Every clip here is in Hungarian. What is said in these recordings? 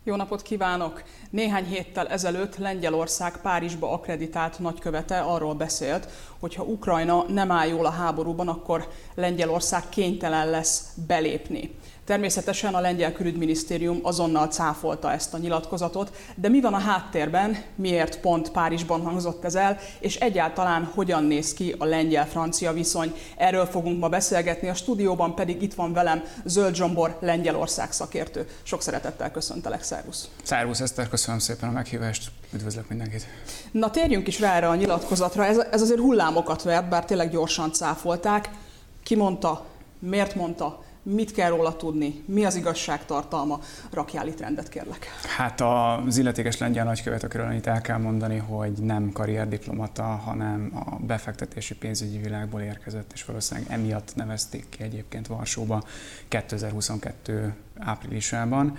Jó napot kívánok! Néhány héttel ezelőtt Lengyelország Párizsba akkreditált nagykövete arról beszélt, hogy ha Ukrajna nem áll jól a háborúban, akkor Lengyelország kénytelen lesz belépni. Természetesen a lengyel külügyminisztérium azonnal cáfolta ezt a nyilatkozatot, de mi van a háttérben, miért pont Párizsban hangzott ez el, és egyáltalán hogyan néz ki a lengyel-francia viszony? Erről fogunk ma beszélgetni, a stúdióban pedig itt van velem Zöld Zsombor, Lengyelország szakértő. Sok szeretettel köszöntelek, szervusz! Szervusz Eszter, köszönöm szépen a meghívást, üdvözlök mindenkit! Na térjünk is rá erre a nyilatkozatra, ez azért hullámokat vert, bár tényleg gyorsan cáfolták. Ki mondta, miért mondta? Mit kell róla tudni? Mi az igazság tartalma? Rakjál itt rendet, kérlek. Hát az illetékes lengyel nagykövet, akiről annyit el kell mondani, hogy nem karrierdiplomata, hanem a befektetési pénzügyi világból érkezett, és valószínűleg emiatt nevezték ki egyébként Varsóba 2022 áprilisában.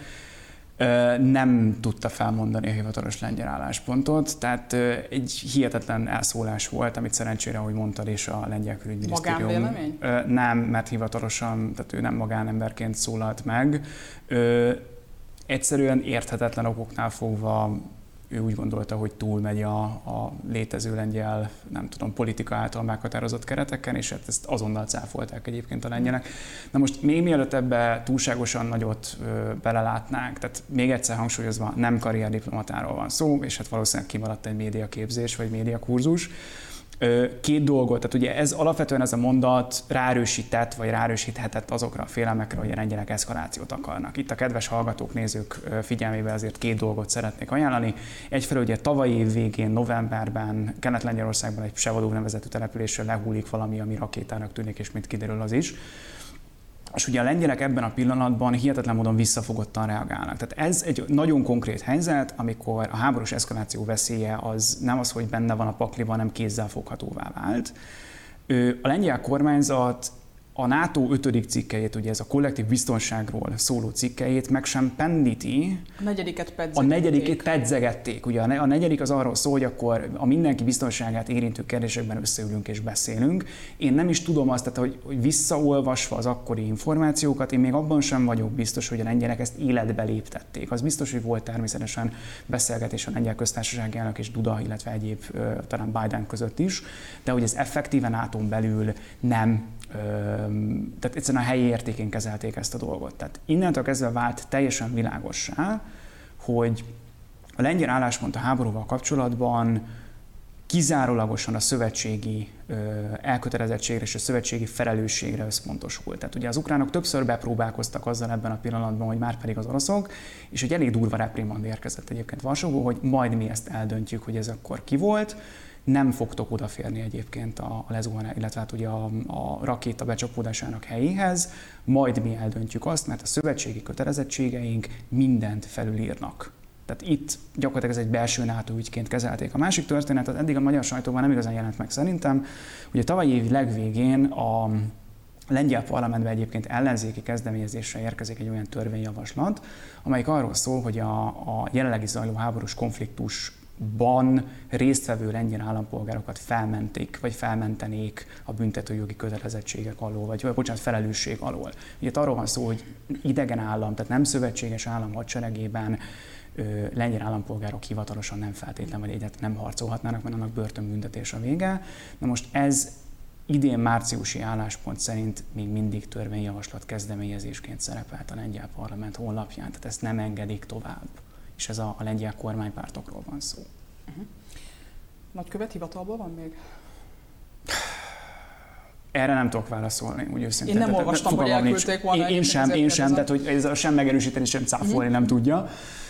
Nem tudta felmondani a hivatalos lengyel álláspontot, tehát egy hihetetlen elszólás volt, amit szerencsére, ahogy mondtad, és a lengyel külügyminisztérium. Magánvélemény? Nem, mert hivatalosan, tehát ő nem magánemberként szólalt meg. Egyszerűen érthetetlen okoknál fogva ő úgy gondolta, hogy túlmegy a létező lengyel, nem tudom, politika által meghatározott kereteken, és hát ezt azonnal cáfolták egyébként a lengyelek. Na most még mielőtt ebbe túlságosan nagyot belelátnánk, tehát még egyszer hangsúlyozva, nem karrierdiplomatáról van szó, és hát valószínűleg kimaradt egy médiaképzés vagy médiakurzus. Két dolgot, tehát ugye ez alapvetően ez a mondat ráerősített, vagy ráerősíthetett azokra a félelmekre, hogy a lengyelek eszkalációt akarnak. Itt a kedves hallgatók, nézők figyelmébe azért két dolgot szeretnék ajánlani. Egyfelől ugye tavalyi év végén, novemberben Kelet-Lengyelországban egy Psevodov nevezetű településről lehullik valami, ami rakétának tűnik, és mint kiderül az is. És ugye a lengyelek ebben a pillanatban hihetetlen módon visszafogottan reagálnak. Tehát ez egy nagyon konkrét helyzet, amikor a háborús eszkaláció veszélye az nem az, hogy benne van a pakliban, hanem kézzelfoghatóvá vált. A lengyel kormányzat a NATO 5. cikkelyét, ugye ez a kollektív biztonságról szóló cikkelyét meg sem pendíti. A negyediket pedzegették. Ugye a negyedik az arról szól, hogy akkor a mindenki biztonságát érintő kérdésekben összeülünk és beszélünk. Én nem is tudom azt, tehát, hogy visszaolvasva az akkori információkat, én még abban sem vagyok biztos, hogy a lengyelek ezt életbe léptették. Az biztos, hogy volt természetesen beszélgetés a lengyel köztársasági elnök és Duda, illetve egyéb talán Biden között is, de hogy ez effektíven NATO-n belül nem, tehát egyszerűen a helyi értékén kezelték ezt a dolgot. Tehát innentől kezdve vált teljesen világossá, hogy a lengyel álláspont a háborúval kapcsolatban kizárólagosan a szövetségi elkötelezettségre és a szövetségi felelősségre összpontosul. Tehát ugye az ukránok többször bepróbálkoztak azzal ebben a pillanatban, hogy már pedig az oroszok, és egy elég durva reprimand érkezett egyébként Varsóból, hogy majd mi ezt eldöntjük, hogy ez akkor ki volt. Nem fogtok odaférni egyébként a lezuhanás, illetve hát ugye a rakéta becsapódásának helyéhez, majd mi eldöntjük azt, mert a szövetségi kötelezettségeink mindent felülírnak. Tehát itt gyakorlatilag ez egy belső NATO ügyként kezelték. A másik történet, az eddig a magyar sajtóban nem igazán jelent meg szerintem, hogy a tavalyi év legvégén a lengyel parlamentben egyébként ellenzéki kezdeményezésre érkezik egy olyan törvényjavaslat, amelyik arról szól, hogy a jelenlegi zajló háborús konfliktusban résztvevő lengyel állampolgárokat felmentenék a büntetőjogi kötelezettségek alól, vagy bocsánat, felelősség alól. Ugye itt arról van szó, hogy idegen állam, tehát nem szövetséges állam hadseregében lengyel állampolgárok hivatalosan nem feltétlen, vagy egyáltalán nem harcolhatnának, mert annak börtönbüntetés a vége. Na most ez idén márciusi álláspont szerint még mindig törvényjavaslat kezdeményezésként szerepelt a lengyel parlament honlapján, tehát ezt nem engedik tovább. És ez a lengyel kormánypártokról van szó. Nagykövet hivatalban van még? Erre nem tudok válaszolni, úgy őszintén. Én nem olvastam, hogy elküldték volna. Én sem, tehát hogy ez sem megerősíteni, sem cáfolni nem tudja.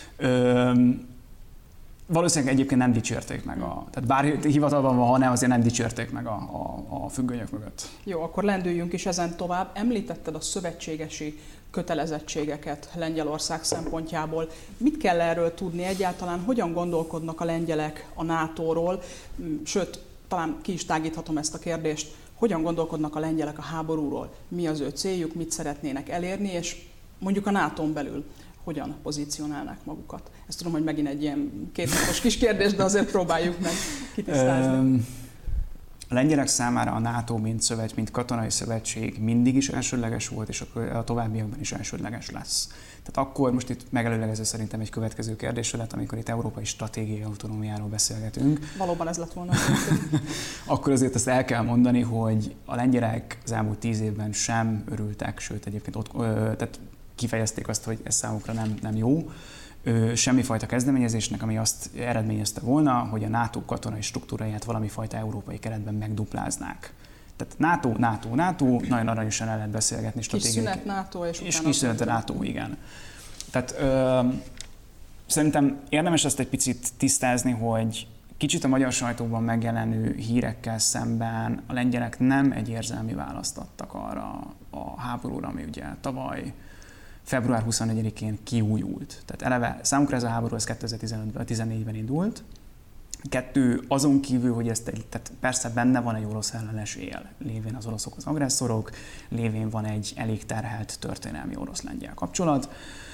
Valószínűleg egyébként nem dicsérték meg tehát bár hivatalban van, ha nem, azért nem dicsérték meg a függönyök mögött. Jó, akkor lendüljünk is ezen tovább. Említetted a szövetségesi kötelezettségeket Lengyelország szempontjából. Mit kell erről tudni egyáltalán? Hogyan gondolkodnak a lengyelek a NATO-ról? Sőt, talán ki is tágíthatom ezt a kérdést. Hogyan gondolkodnak a lengyelek a háborúról? Mi az ő céljuk, mit szeretnének elérni, és mondjuk a NATO-n belül hogyan pozícionálnák magukat? Ezt tudom, hogy megint egy ilyen kétnapos kis kérdés, de azért próbáljuk meg kitisztázni. A lengyelek számára a NATO mint katonai szövetség mindig is elsődleges volt, és a továbbiakban is elsődleges lesz. Tehát akkor most itt megelőlegező szerintem egy következő kérdés lett, amikor itt európai stratégiai autonómiáról beszélgetünk. Valóban ez lett volna. Akkor azért azt el kell mondani, hogy a lengyelek az elmúlt 10 évben sem örültek, sőt egyébként tehát kifejezték azt, hogy ez számukra nem jó. Semmifajta kezdeményezésnek, ami azt eredményezte volna, hogy a NATO katonai struktúráját valami fajta európai keretben megdupláznák. Tehát NATO, nagyon aranyosan el lehet beszélgetni stratégiai. Kis szünet NATO és kis szünet a NATO, igen. Tehát szerintem érdemes ezt egy picit tisztázni, hogy kicsit a magyar sajtóban megjelenő hírekkel szemben a lengyelek nem egy érzelmi választ adtak arra a háborúra, ami ugye tavaly február 24-én kiújult. Tehát eleve számukra ez a háború 2014-ben indult. 2, azon kívül, hogy tehát persze benne van egy orosz ellenes él, lévén az oroszok az agresszorok, lévén van egy elég terhelt történelmi orosz-lengyel kapcsolat,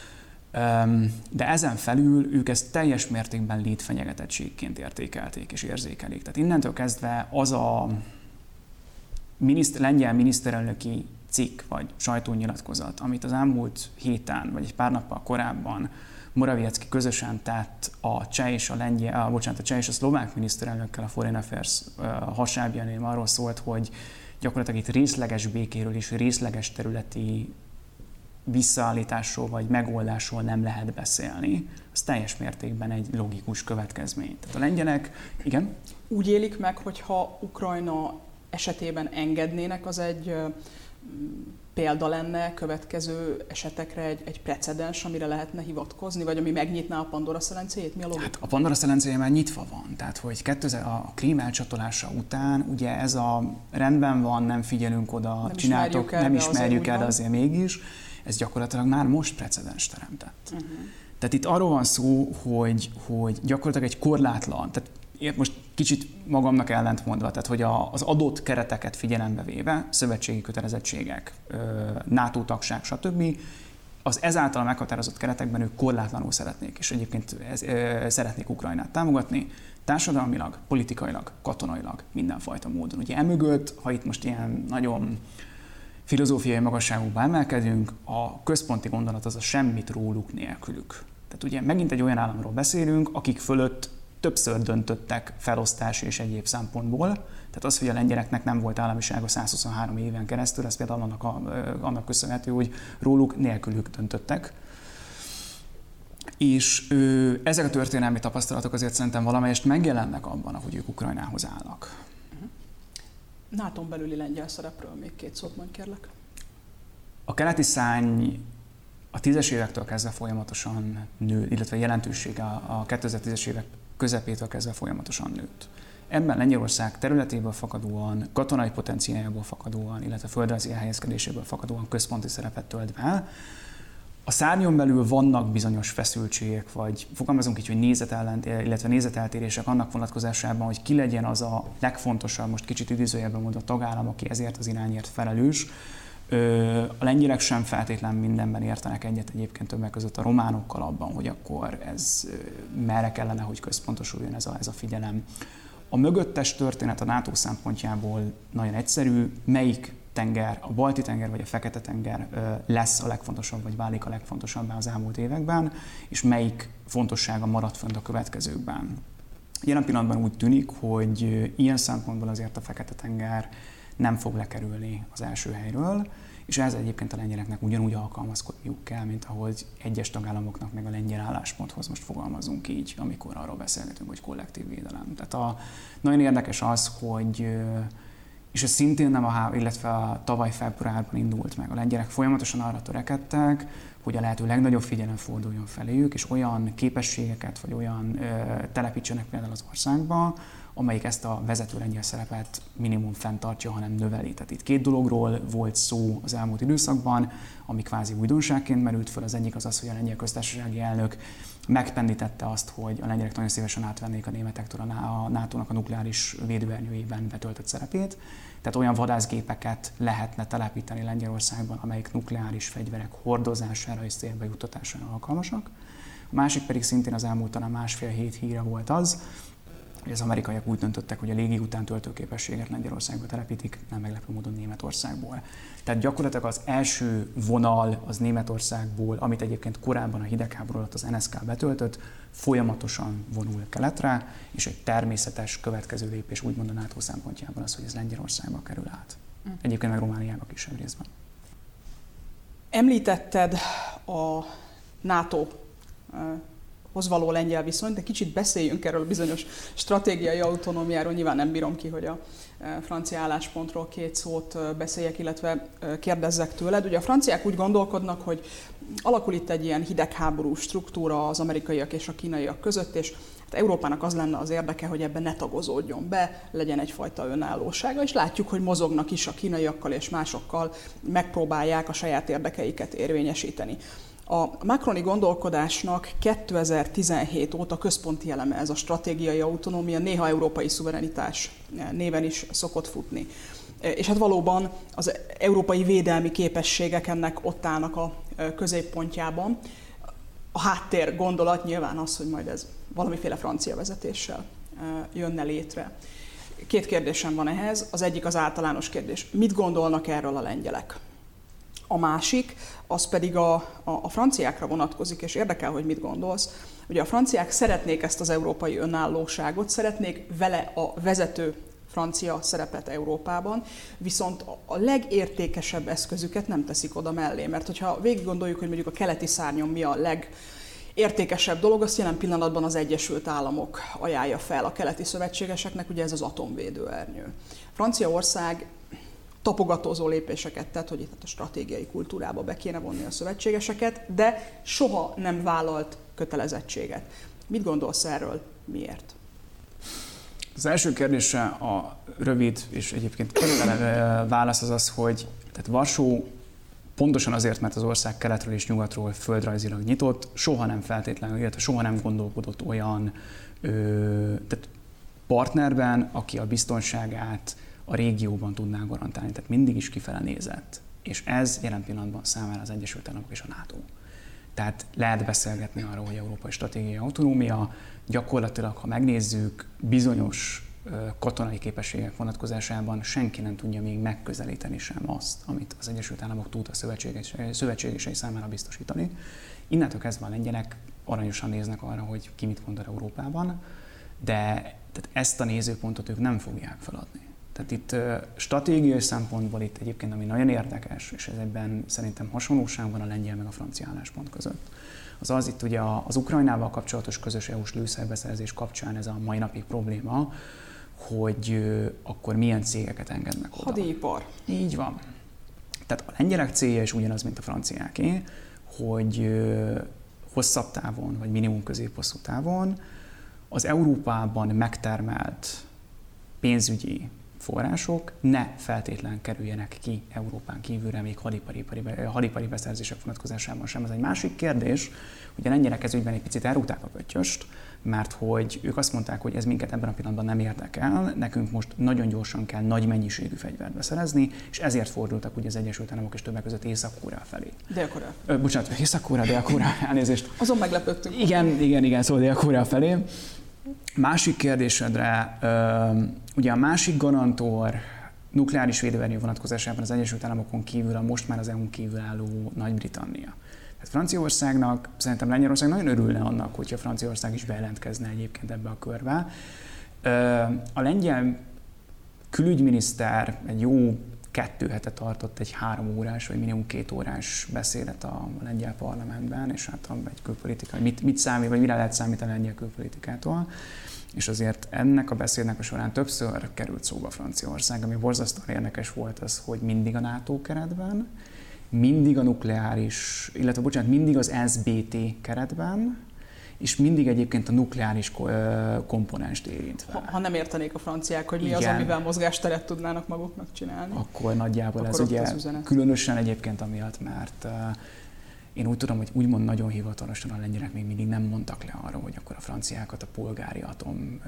de ezen felül ők ezt teljes mértékben létfenyegetettségként értékelték és érzékelik. Tehát innentől kezdve az a lengyel miniszterelnöki cikk vagy sajtónyilatkozat, amit az elmúlt héten, vagy egy pár nappal korábban Morawiecki közösen tett a cseh és a szlovák miniszterelnökkel, a Foreign Affairs hasábján arról szólt, hogy gyakorlatilag itt részleges békéről és részleges területi visszaállításról vagy megoldásról nem lehet beszélni. Az teljes mértékben egy logikus következmény. Tehát a lengyelek, igen? Úgy élik meg, hogyha Ukrajna esetében engednének, az egy példa lenne következő esetekre, egy precedens, amire lehetne hivatkozni, vagy ami megnyitná a Pandora szelencéjét? Mi a logika? Hát a Pandora szelencéje már nyitva van. Tehát, hogy a Krím elcsatolása után ugye ez a rendben van, nem figyelünk oda, csináltok, nem ismerjük el, de azért mégis, ez gyakorlatilag már most precedens teremtett. Tehát itt arról van szó, hogy gyakorlatilag egy korlátlan, tehát most kicsit magamnak ellentmondva, tehát hogy az adott kereteket figyelembe véve, szövetségi kötelezettségek, NATO tagság, stb., az ezáltal meghatározott keretekben ők korlátlanul szeretnék, és egyébként szeretnék Ukrajnát támogatni, társadalmilag, politikailag, katonailag, mindenfajta módon. Ugye emögött, ha itt most ilyen nagyon filozófiai magasságokba emelkedünk, a központi gondolat az a semmit róluk nélkülük. Tehát ugye megint egy olyan államról beszélünk, akik fölött többször döntöttek felosztás és egyéb szempontból. Tehát az, hogy a lengyeleknek nem volt államisága 123 éven keresztül, ez például annak köszönhető, hogy róluk nélkülük döntöttek. És ezek a történelmi tapasztalatok azért szerintem valamelyest megjelennek abban, ahogy ők Ukrajnához állnak. NATO-n belüli lengyel szerepről még 2 szót mondj, kérlek. A keleti szárny a 10-es évektől kezdve folyamatosan nő, illetve jelentősége a 2010-es évek közepétől kezdve folyamatosan nőtt. Ebben Lengyelország területéből fakadóan, katonai potenciáljából fakadóan, illetve földrajzi elhelyezkedéséből fakadóan központi szerepet tölt be. A szárnyon belül vannak bizonyos feszültségek, vagy fogalmazunk így, hogy nézeteltérések annak vonatkozásában, hogy ki legyen az a legfontosabb, most kicsit idézőjelben mondva tagállam, aki ezért az irányért felelős. A lengyelek sem feltétlen mindenben értenek egyet egyébként többek között a románokkal abban, hogy akkor ez merre kellene, hogy központosuljon ez a figyelem. A mögöttes történet a NATO szempontjából nagyon egyszerű, melyik tenger, a Balti-tenger vagy a Fekete-tenger lesz a legfontosabb, vagy válik a legfontosabbá az elmúlt években, és melyik fontossága marad fönt a következőkben. Jelen pillanatban úgy tűnik, hogy ilyen szempontból azért a Fekete-tenger nem fog lekerülni az első helyről, és ez egyébként a lengyeleknek ugyanúgy alkalmazkodniuk kell, mint ahogy egyes tagállamoknak meg a lengyel állásponthoz most fogalmazunk így, amikor arról beszélgetünk, hogy kollektív védelem. Tehát nagyon érdekes az, hogy, és ez szintén nem illetve a tavaly februárban indult meg, a lengyelek folyamatosan arra törekedtek, hogy a lehető legnagyobb figyelem forduljon feléjük, és olyan képességeket, vagy olyan telepítsenek például az országba, amelyik ezt a vezető lengyel szerepet minimum fenntartja, hanem növeli. Tehát itt 2 dologról volt szó az elmúlt időszakban, ami kvázi újdonságként merült föl. Az egyik az, hogy a lengyel köztársasági elnök megpendítette azt, hogy a lengyelek nagyon szívesen átvennék a németektől a NATO-nak a nukleáris védőernyőjében betöltött szerepét. Tehát olyan vadászgépeket lehetne telepíteni Lengyelországban, amelyik nukleáris fegyverek hordozására és célba juttatására alkalmasak. A másik pedig szintén az elmúlt talán 1,5 hét híre volt az, hogy az amerikaiak úgy döntöttek, hogy a légi után töltőképességet Lengyelországba telepítik, nem meglepő módon Németországból. Tehát gyakorlatilag az első vonal az Németországból, amit egyébként korábban a hidegháború alatt az NSK betöltött, folyamatosan vonul keletre, és egy természetes következő lépés úgymond a NATO szempontjában az, hogy ez Lengyelországba kerül át. Egyébként meg Romániába kisebb részben. Említetted a NATO-hoz való lengyel viszonyt, de kicsit beszéljünk erről a bizonyos stratégiai autonómiáról. Nyilván nem bírom ki, hogy a francia álláspontról két szót beszéljek, illetve kérdezzek tőled. Ugye a franciák úgy gondolkodnak, hogy alakul itt egy ilyen hidegháború struktúra az amerikaiak és a kínaiak között, és Európának az lenne az érdeke, hogy ebben ne tagozódjon be, legyen egyfajta önállósága, és látjuk, hogy mozognak is a kínaiakkal és másokkal, megpróbálják a saját érdekeiket érvényesíteni. A macroni gondolkodásnak 2017 óta központi eleme ez a stratégiai autonómia, néha európai szuverenitás néven is szokott futni. És hát valóban az európai védelmi képességek ennek ott állnak a középpontjában. A háttér gondolat nyilván az, hogy majd ez valamiféle francia vezetéssel jönne létre. Két kérdésem van ehhez. Az egyik az általános kérdés. Mit gondolnak erről a lengyelek? A másik, az pedig a franciákra vonatkozik, és érdekel, hogy mit gondolsz. Ugye a franciák szeretnék ezt az európai önállóságot, szeretnék vele a vezető francia szerepet Európában, viszont a legértékesebb eszközüket nem teszik oda mellé, mert hogyha végig gondoljuk, hogy mondjuk a keleti szárnyon mi a legértékesebb dolog, azt jelen pillanatban az Egyesült Államok ajánlja fel a keleti szövetségeseknek, ugye ez az atomvédőernyő. Franciaország tapogatózó lépéseket tett, hogy itt a stratégiai kultúrába be kéne vonni a szövetségeseket, de soha nem vállalt kötelezettséget. Mit gondolsz erről? Miért? Az első kérdésre a rövid és egyébként képtelen válasz az, hogy tehát Varsó pontosan azért, mert az ország keletről és nyugatról földrajzilag nyitott, soha nem feltétlenül, illetve soha nem gondolkodott olyan tehát partnerben, aki a biztonságát a régióban tudná garantálni. Tehát mindig is kifele nézett. És ez jelen pillanatban számára az Egyesült Államok és a NATO. Tehát lehet beszélgetni arról, hogy európai stratégiai autonómia, gyakorlatilag, ha megnézzük, bizonyos katonai képességek vonatkozásában senki nem tudja még megközelíteni sem azt, amit az Egyesült Államok tud a szövetségesei számára biztosítani. Innentől kezdve a lengyelek aranyosan néznek arra, hogy ki mit gondol Európában, de tehát ezt a nézőpontot ők nem fogják feladni. Tehát itt stratégiai szempontból itt egyébként, ami nagyon érdekes, és ezekben szerintem hasonlóság van a lengyel meg a francia álláspont között, az itt ugye az Ukrajnával kapcsolatos közös EU-s lőszerbeszerzés kapcsán ez a mai napig probléma, hogy akkor milyen cégeket engednek oda. Hadipar. Így van. Tehát a lengyelek célja is ugyanaz, mint a franciáké, hogy hosszabb távon, vagy minimum közép-hosszú távon az Európában megtermelt pénzügyi források ne feltétlen kerüljenek ki Európán kívülre, még hadipari beszerzések vonatkozásában sem. Ez egy másik kérdés, hogy a lengyelek ez ügyben egy picit elrúgták a pöttyöst, mert hogy ők azt mondták, hogy ez minket ebben a pillanatban nem érdekel, nekünk most nagyon gyorsan kell nagy mennyiségű fegyvert beszerezni, és ezért fordultak ugye az Egyesült Államok és többek között Észak-Korea felé. Dél-Korea. Bocsánat, Észak-Korea, Dél-Korea, elnézést. Azon meglepődtünk. Igen, szóval Dél-Korea felé. Másik kérdésedre, ugye a másik garantor nukleáris védőernyő vonatkozásában az Egyesült Államokon kívül a most már az EU-n kívül álló Nagy-Britannia. Tehát Franciaországnak, szerintem Lengyelország nagyon örülne annak, hogyha Franciaország is bejelentkezne egyébként ebbe a körbe. A lengyel külügyminiszter egy jó 2 hete tartott egy 3 órás, vagy minimum 2 órás beszédet a lengyel parlamentben, és hát egy külpolitika, mit számít, vagy mire lehet számítani a lengyel külpolitikától. És azért ennek a beszédnek a során többször került szóba Franciaország, ami borzasztóan érdekes volt az, hogy mindig a NATO keretben, mindig a nukleáris, illetve mindig az SBT keretben, és mindig egyébként a nukleáris komponenst érintve. Ha nem értenék a franciák, hogy mi az, amivel mozgásteret tudnának maguknak csinálni. Akkor nagyjából akkor ez ugye különösen egyébként amiatt, mert én úgy tudom, hogy úgymond nagyon hivatalosan a lengyelek még mindig nem mondtak le arra, hogy akkor a franciákat a polgári atom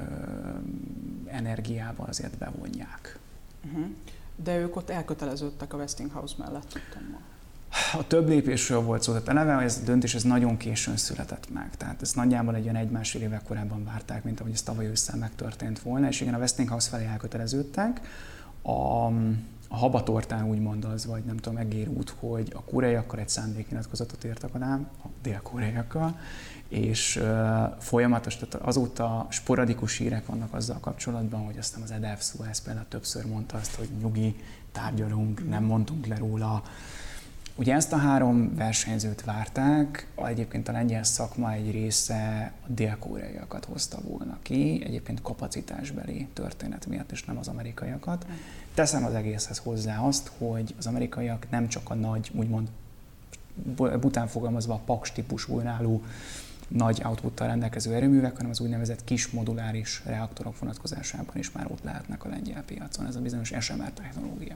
energiával azért bevonják. De ők ott elköteleződtek a Westinghouse mellett, tudtam ma. A több lépésről volt szó, tehát eleve ez a döntés ez nagyon későn született meg. Tehát ezt nagyjából egy olyan 1-1,5 évvel korábban várták, mint ahogy ez tavaly ősszel megtörtént volna, és igen, a Westinghouse felé elköteleződtek. A habatortán úgymond az, vagy nem tudom, megérült, hogy a koreaiakkal egy szándéknyilatkozatot írtak alá, a dél-koreaiakkal, és folyamatos, tehát azóta sporadikus hírek vannak azzal kapcsolatban, hogy aztán az EDF Suez például többször mondta azt, hogy nyugi, tárgyalunk, nem mondtunk le róla. Ugye ezt a 3 versenyzőt várták, egyébként a lengyel szakma egy része a dél-koreaiakat hozta volna ki, egyébként kapacitásbeli történet miatt, és nem az amerikaiakat. Teszem az egészhez hozzá azt, hogy az amerikaiak nem csak a nagy, úgymond bután fogalmazva a Paks típusú önálló nagy outputtal rendelkező erőművek, hanem az úgynevezett kis moduláris reaktorok vonatkozásában is már ott lehetnek a lengyel piacon. Ez a bizonyos SMR technológia.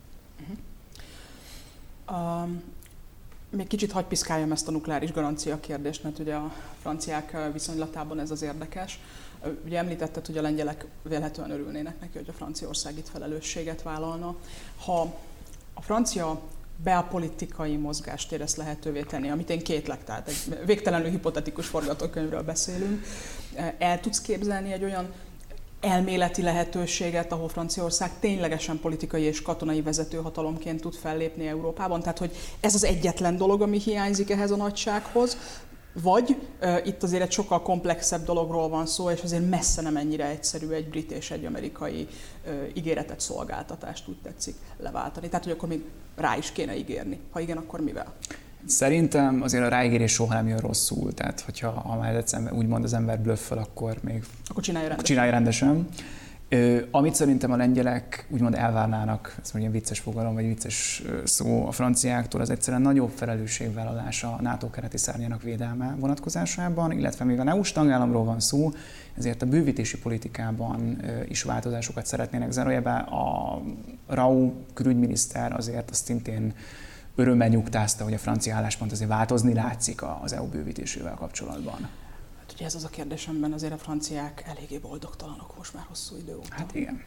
Még kicsit hadd piszkáljam ezt a nukleáris garancia kérdést, mert ugye a franciák viszonylatában ez az érdekes. Ugye említetted, hogy a lengyelek vélhetően örülnének neki, hogy a Franciaország itt felelősséget vállalna. Ha a francia belpolitikai mozgást ezt lehetővé tenni, amit én kétlek, tehát egy végtelenül hipotetikus forgatókönyvről beszélünk, el tudsz képzelni egy olyan elméleti lehetőséget, ahol Franciaország ténylegesen politikai és katonai vezetőhatalomként tud fellépni Európában? Tehát, hogy ez az egyetlen dolog, ami hiányzik ehhez a nagysághoz, vagy itt azért egy sokkal komplexebb dologról van szó, és azért messze nem ennyire egyszerű egy brit és egy amerikai ígéretet, szolgáltatást úgy tetszik leváltani. Tehát, hogy akkor még rá is kéne ígérni. Ha igen, akkor mivel? Szerintem azért a ráígérés soha nem jön rosszul, tehát ha már úgymond az ember blöffel, akkor még csinálja rendesen. Amit szerintem a lengyelek úgymond elvárnának, ez mondjuk vicces fogalom, vagy vicces szó a franciáktól, az egyszerűen nagyobb felelősségvállalás a NATO kereti szárnyának védelme vonatkozásában, illetve még a EU-s tagállamról van szó, ezért a bővítési politikában is változásokat szeretnének. Zárójelben a Rau külügyminiszter azért azt szintén örömmel nyugtázta, hogy a francia álláspont azért változni látszik az EU bővítésével kapcsolatban. Hát ugye ez az a kérdésemben, azért a franciák eléggé boldogtalanok most már hosszú idő óta. Hát igen.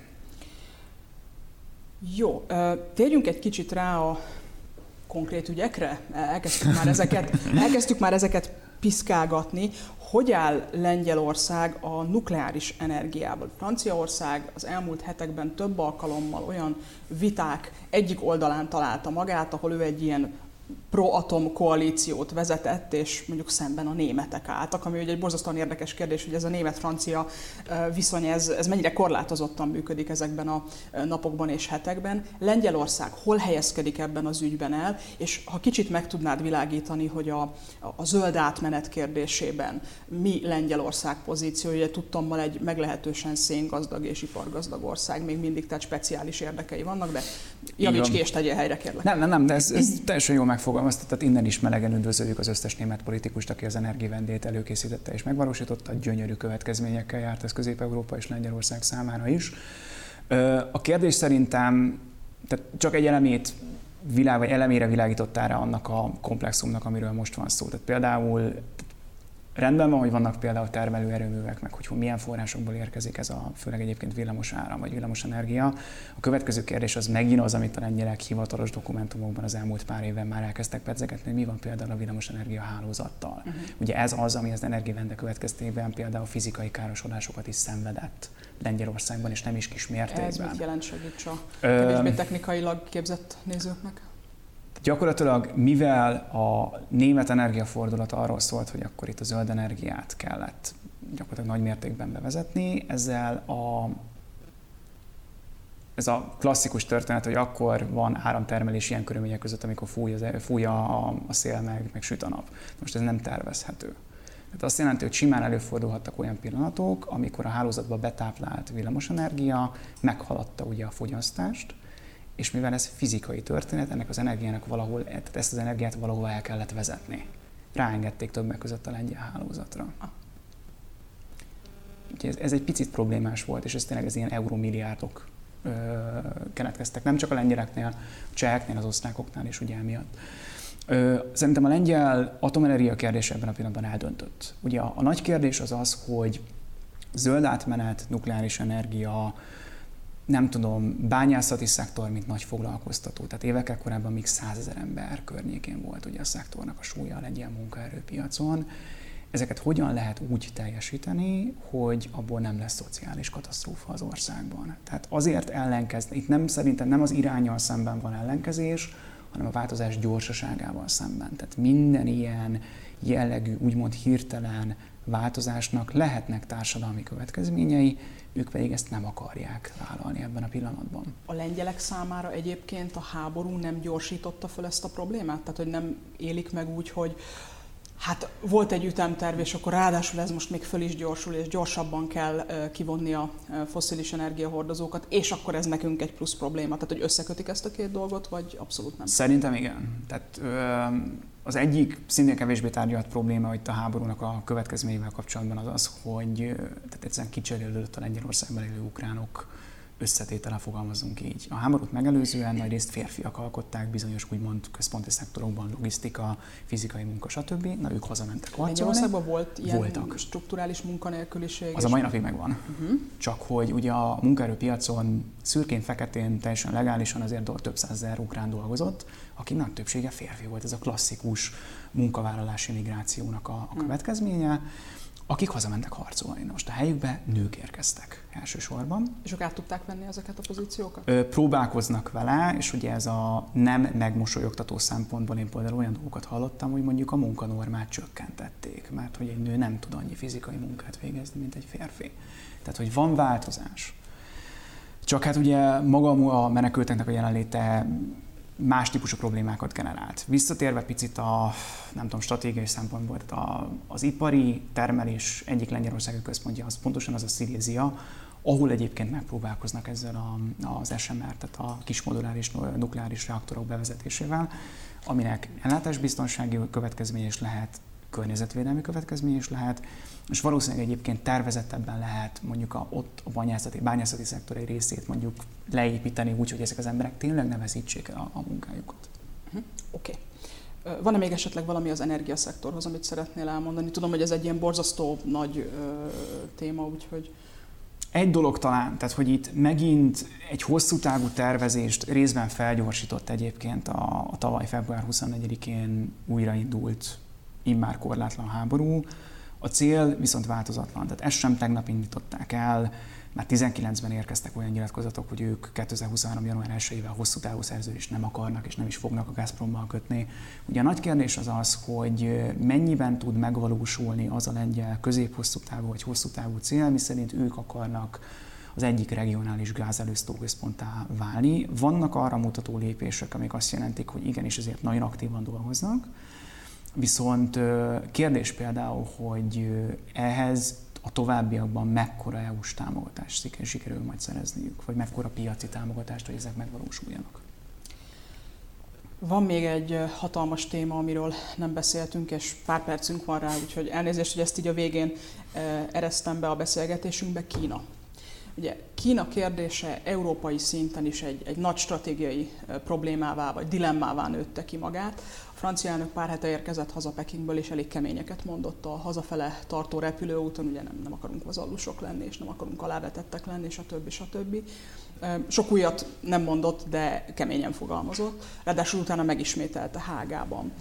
Jó, térjünk egy kicsit rá a konkrét ügyekre. Elkezdtük már ezeket piszkálgatni. Hogy áll Lengyelország a nukleáris energiával? Franciaország az elmúlt hetekben több alkalommal olyan viták egyik oldalán találta magát, ahol ő egy ilyen pro-atom koalíciót vezetett, és mondjuk szemben a németek álltak, ami ugye egy borzasztóan érdekes kérdés, hogy ez a német-francia viszony, ez mennyire korlátozottan működik ezekben a napokban és hetekben. Lengyelország hol helyezkedik ebben az ügyben el, és ha kicsit meg tudnád világítani, hogy a zöld átmenet kérdésében mi Lengyelország pozíciója, tudtommal egy meglehetősen széngazdag és ipargazdag ország, még mindig, tehát speciális érdekei vannak, de javíts ki és tegyél helyre, kérlek. Nem, de ez teljesen jól megfogalmazta, tehát innen is melegen üdvözöljük az összes német politikust, aki az energiewendét előkészítette és megvalósította, gyönyörű következményekkel járt ez Közép-Európa és Lengyelország számára is. A kérdés szerintem, tehát csak egy elemére világítottál rá annak a komplexumnak, amiről most van szó. Tehát például rendben van, hogy vannak például termelőerőművek, meg hogy milyen forrásokból érkezik ez a főleg egyébként villamos áram vagy villamos energia. A következő kérdés az megint az, amit a lengyelek hivatalos dokumentumokban az elmúlt pár évben már elkezdtek pedzegetni, hogy mi van például a villamos energia hálózattal. Ugye ez az, ami az energiewende következtében például fizikai károsodásokat is szenvedett Lengyelországban, és nem is kis mértékben. Ez mit jelent, segíts a kevésbé technikailag képzett nézőknek? Gyakorlatilag, mivel a német energiafordulat arról szólt, hogy akkor itt a zöld energiát kellett gyakorlatilag nagy mértékben bevezetni, ezzel ez a klasszikus történet, hogy akkor van áramtermelés ilyen körülmények között, amikor fúj a szél, meg süt a nap. Most ez nem tervezhető. Tehát azt jelenti, hogy simán előfordulhattak olyan pillanatok, amikor a hálózatba betáplált villamosenergia meghaladta ugye a fogyasztást, és mivel ez fizikai történet, ennek az energiának valahol, tehát ezt az energiát valahol el kellett vezetni. Ráengedték többek között a lengyel hálózatra. Úgyhogy ez egy picit problémás volt, és ez tényleg az ilyen euromilliárdok keletkeztek. Nem csak a lengyeleknél, a cseheknél, az osztrákoknál is ugye emiatt. Szerintem a lengyel atomenergia kérdés ebben a pillanatban eldöntött. Ugye a nagy kérdés az az, hogy zöld átmenet, nukleáris energia, nem tudom, bányászati szektor, mint nagy foglalkoztató. Tehát évekkel korábban még 100 000 ember környékén volt ugye a szektornak a súlya a lengyel munkaerőpiacon. Ezeket hogyan lehet úgy teljesíteni, hogy abból nem lesz szociális katasztrófa az országban? Tehát azért ellenkezni, itt szerintem nem az iránnyal szemben van ellenkezés, hanem a változás gyorsaságával szemben. Tehát minden ilyen jellegű, úgymond hirtelen változásnak lehetnek társadalmi következményei, ők pedig ezt nem akarják vállalni ebben a pillanatban. A lengyelek számára egyébként a háború nem gyorsította fel ezt a problémát? Tehát, hogy nem élik meg úgy, hogy hát volt egy ütemterv, és akkor ráadásul ez most még föl is gyorsul, és gyorsabban kell kivonni a fosszilis energiahordozókat, és akkor ez nekünk egy plusz probléma. Tehát, hogy összekötik ezt a két dolgot, vagy abszolút nem? Szerintem igen. Tehát az egyik szintén kevésbé tárgyalt probléma itt a háborúnak a következményével kapcsolatban az, hogy tehát egyszerűen kicserélődött a Lengyelországban élő ukránok összetétele, fogalmazunk így. A háborút megelőzően nagyrészt férfiak alkották bizonyos úgymond központi szektorokban, logisztika, fizikai munka, stb. Na, ők hazamentek harcolni. Lengyelországban volt ilyen strukturális munkanélküliség? Az a mai napig megvan. Csak hogy ugye a munkaerőpiacon szürkén-feketén, teljesen legálisan azért több százezer ukrán dolgozott, akik nagy többsége férfi volt. Ez a klasszikus munkavállalási migrációnak a következménye, akik hazamentek harcolni. Most a helyükbe nők érkeztek elsősorban. És ők át tudták venni ezeket a pozíciókat? Próbálkoznak vele, és ugye ez a nem megmosolyogtató szempontból én például olyan dolgokat hallottam, hogy mondjuk a munkanormát csökkentették, mert hogy egy nő nem tud annyi fizikai munkát végezni, mint egy férfi. Tehát, hogy van változás. Csak hát ugye maga a menekülteknek a jelenléte más típusú problémákat generált. Visszatérve picit a, nem tudom, stratégiai szempontból, az ipari termelés egyik lengyelországi központja, az pontosan az a Szilézia, ahol egyébként megpróbálkoznak ezzel az SMR, tehát a kismoduláris nukleáris reaktorok bevezetésével, aminek ellátásbiztonsági következménye is lehet, környezetvédelmi következménye is lehet, és valószínűleg egyébként tervezettebben lehet mondjuk ott a bányászati szektor egy részét mondjuk leépíteni úgy, hogy ezek az emberek tényleg ne veszítsék el a munkájukat. Oké. Van-e még esetleg valami az energiaszektorhoz, amit szeretnél elmondani? Tudom, hogy ez egy ilyen borzasztó nagy téma, úgyhogy... Egy dolog talán, tehát hogy itt megint egy hosszú távú tervezést részben felgyorsított egyébként a tavaly február 24-én újraindult immár korlátlan háború. A cél viszont változatlan, tehát ezt sem tegnap indították el, már 19-ben érkeztek olyan nyilatkozatok, hogy ők 2023. január 1-ével hosszú távú szerződést nem akarnak és nem is fognak a Gazprommal kötni. Ugye a nagy kérdés az, hogy mennyiben tud megvalósulni az a lengyel közép-hosszú távú vagy hosszú távú cél, miszerint ők akarnak az egyik regionális gázelosztóközponttá válni. Vannak arra mutató lépések, amik azt jelentik, hogy igenis ezért nagyon aktívan dolgoznak. Viszont kérdés például, hogy ehhez a továbbiakban mekkora EU-s támogatást sikerül majd szerezniük, vagy mekkora piaci támogatást, hogy ezek megvalósuljanak. Van még egy hatalmas téma, amiről nem beszéltünk, és pár percünk van rá, úgyhogy elnézést, hogy ezt így a végén eresztem be a beszélgetésünkbe, Kína. Ugye Kína kérdése európai szinten is egy nagy stratégiai problémává vagy dilemmává nőtte ki magát. A francia elnök pár hete érkezett haza Pekingből, és elég keményeket mondott a hazafele tartó repülőúton, ugye nem akarunk vazallusok lenni, és nem akarunk alávetettek lenni, stb. Sok újat nem mondott, de keményen fogalmazott, ráadásul utána megismételte Hágában.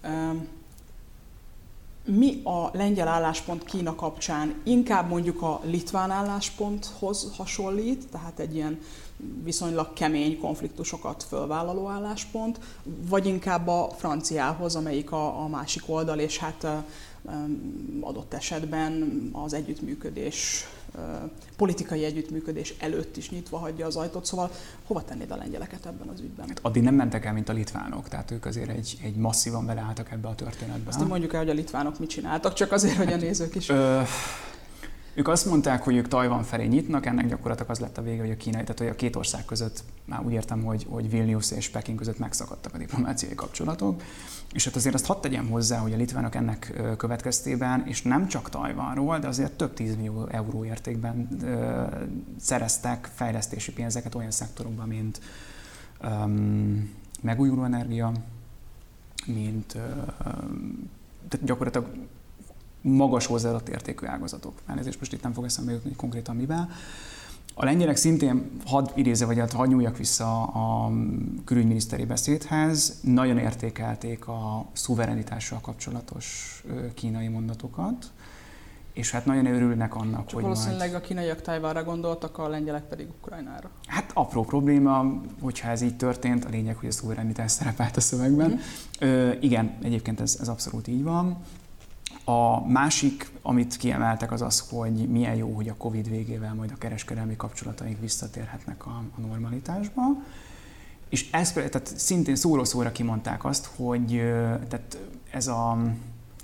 Mi a lengyel álláspont Kína kapcsán? Inkább mondjuk a litván állásponthoz hasonlít, tehát egy ilyen viszonylag kemény konfliktusokat fölvállaló álláspont, vagy inkább a franciához, amelyik a másik oldal, és hát adott esetben az együttműködés, politikai együttműködés előtt is nyitva hagyja az ajtót, szóval hova tennéd a lengyeleket ebben az ügyben? Hát addig nem mentek el, mint a litvánok, tehát ők azért egy masszívan beleálltak ebbe a történetbe. Azt nem mondjuk el, hogy a litvánok mit csináltak, csak azért, hogy a nézők is... Ők azt mondták, hogy ők Tajvan felé nyitnak, ennek gyakorlatilag az lett a vége, hogy a kínai, tehát hogy a két ország között, már úgy értem, hogy Vilnius és Peking között megszakadtak a diplomáciai kapcsolatok. És hát azért azt hadd tegyem hozzá, hogy a litvánok ennek következtében, és nem csak Tajvanról, de azért több 10 millió euró értékben szereztek fejlesztési pénzeket olyan szektorokban, mint megújuló energia, mint tehát gyakorlatilag magas hozzáadott értékű ágazatok. Elnézést, most itt nem fog eszembe jutni konkrétan mivel. A lengyelek szintén, hadd nyúljak vissza a külügyminiszteri beszédhez, nagyon értékelték a szuverenitással kapcsolatos kínai mondatokat, és hát nagyon örülnek annak, csak hogy valószínűleg a kínaiak Tajvanra gondoltak, a lengyelek pedig Ukrajnára. Hát apró probléma, hogyha ez így történt, a lényeg, hogy a szuverenitás szerepelt a szövegben. Igen, egyébként ez abszolút így van. A másik, amit kiemeltek, az az, hogy milyen jó, hogy a Covid végével majd a kereskedelmi kapcsolataink visszatérhetnek a normalitásba. És ezt tehát szintén szóról-szóra kimondták azt, hogy tehát ez a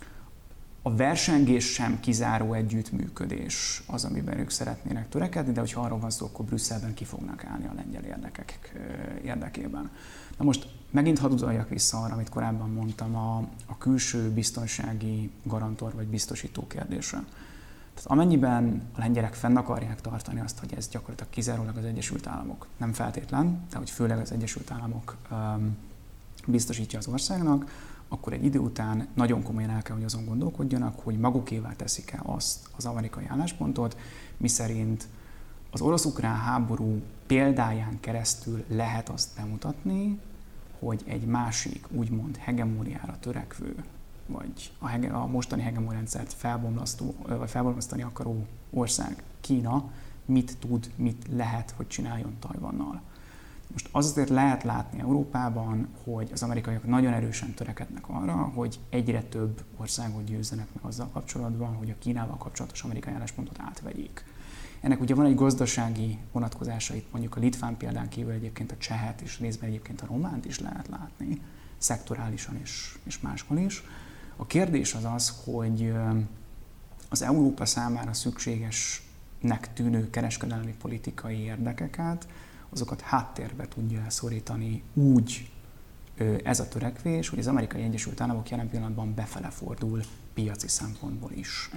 versengés sem kizáró együttműködés az, amiben ők szeretnének törekedni, de hogyha arról van szó, akkor Brüsszelben ki fognak állni a lengyel érdekek érdekében. Na most megint hadd utaljak vissza arra, amit korábban mondtam, a külső biztonsági garantor vagy biztosító kérdésre. Tehát amennyiben a lengyelek fenn akarják tartani azt, hogy ez gyakorlatilag kizárólag az Egyesült Államok, nem feltétlen, de hogy főleg az Egyesült Államok biztosítja az országnak, akkor egy idő után nagyon komolyan el kell, hogy azon gondolkodjanak, hogy magukévá teszik-e azt az amerikai álláspontot, miszerint az orosz-ukrán háború példáján keresztül lehet azt bemutatni, hogy egy másik, úgymond hegemóniára törekvő, vagy a mostani hegemóniarendszert felbomlasztani akaró ország, Kína, mit tud, mit lehet, hogy csináljon Tajvannal. Most az azért lehet látni Európában, hogy az amerikaiak nagyon erősen törekednek arra, hogy egyre több országot győzzenek meg azzal kapcsolatban, hogy a Kínával kapcsolatos amerikai álláspontot átvegyék. Ennek ugye van egy gazdasági vonatkozása, itt mondjuk a litván példán kívül egyébként a csehet és részben egyébként a románt is lehet látni, szektorálisan és máshol is. A kérdés az az, hogy az Európa számára szükségesnek tűnő kereskedelmi politikai érdekeket, azokat háttérbe tudja elszorítani úgy ez a törekvés, hogy az Amerikai Egyesült Államok jelen pillanatban befele fordul piaci szempontból is.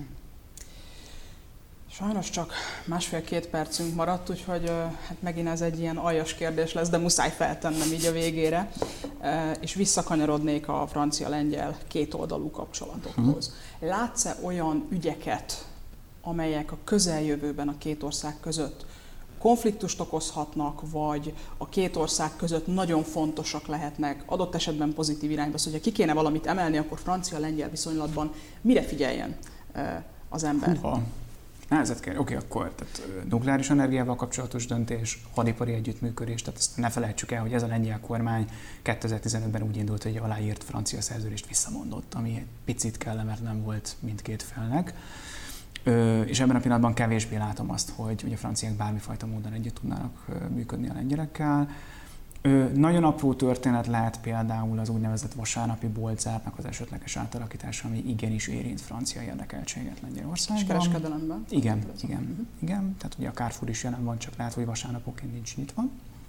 Sajnos csak 1,5-2 percünk maradt, úgyhogy hát megint ez egy ilyen aljas kérdés lesz, de muszáj feltennem így a végére, és visszakanyarodnék a francia-lengyel kétoldalú kapcsolatokhoz. Látsz-e olyan ügyeket, amelyek a közeljövőben a két ország között konfliktust okozhatnak, vagy a két ország között nagyon fontosak lehetnek, adott esetben pozitív irányba. Szóval, hogyha ki kéne valamit emelni, akkor francia-lengyel viszonylatban mire figyeljen az ember? Nehezet kell. Oké, akkor tehát nukleáris energiával kapcsolatos döntés, hadipari együttműködés, tehát ezt ne felejtsük el, hogy ez a lengyel kormány 2015-ben úgy indult, hogy aláírt francia szerződést visszamondott, ami egy picit kellemetlen volt mindkét felnek. És ebben a pillanatban kevésbé látom azt, hogy a franciák bármifajta módon együtt tudnának működni a lengyelekkel. Nagyon apró történet lehet például az úgynevezett vasárnapi boltzárnak az esetleges átalakítása, ami igenis érint francia érdekeltséget Lengyelországban. És kereskedelemben? Igen. Tehát ugye a Carrefour is jelen van, csak lehet, hogy vasárnapoként nincs nyitva.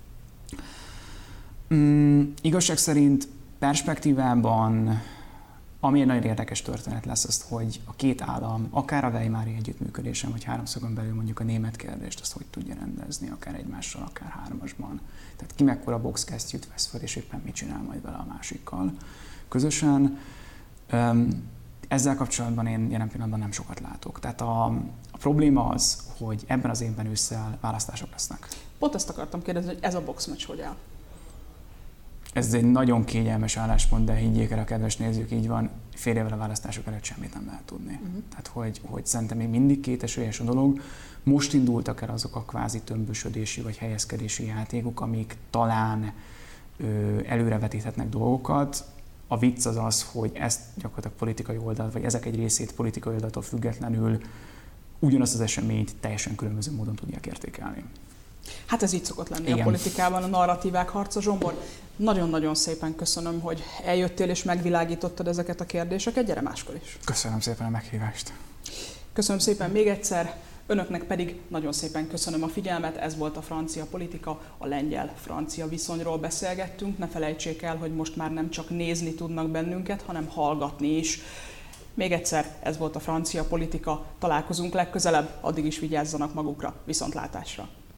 Igazság szerint perspektívában, ami egy nagyon érdekes történet lesz, az, hogy a két állam, akár a Weimari együttműködésen, vagy háromszogon belül mondjuk a német kérdést, azt hogy tudja rendezni, akár egymással, akár hármasban. Tehát ki mekkora boxkesztyűt vesz fel, és éppen mit csinál majd vele a másikkal közösen. Ezzel kapcsolatban én jelen pillanatban nem sokat látok. Tehát a probléma az, hogy ebben az évben ősszel választások lesznek. Pont ezt akartam kérdezni, hogy ez a boxmeccs hogy áll? Ez egy nagyon kényelmes álláspont, de higgyék el a kedves nézők, így van, fél évvel a választások előtt semmit nem lehet tudni. Tehát, hogy szerintem még mindig kétesélyes a dolog. Most indultak el azok a kvázi tömbösödési vagy helyezkedési játékok, amik talán előrevetíthetnek dolgokat. A vicc az az, hogy ezt gyakorlatilag politikai oldalt, vagy ezek egy részét politikai oldaltól függetlenül ugyanazt az eseményt teljesen különböző módon tudják értékelni. Hát ez így szokott lenni. Igen. A politikában, a narratívák harca. Zsombor, nagyon-nagyon szépen köszönöm, hogy eljöttél és megvilágítottad ezeket a kérdéseket. Gyere máskor is. Köszönöm szépen a meghívást. Köszönöm szépen még egyszer. Önöknek pedig nagyon szépen köszönöm a figyelmet. Ez volt a Francia Politika, a lengyel-francia viszonyról beszélgettünk. Ne felejtsék el, hogy most már nem csak nézni tudnak bennünket, hanem hallgatni is. Még egyszer, ez volt a Francia Politika. Találkozunk legközelebb, addig is vigyázzanak magukra. Viszontlátásra!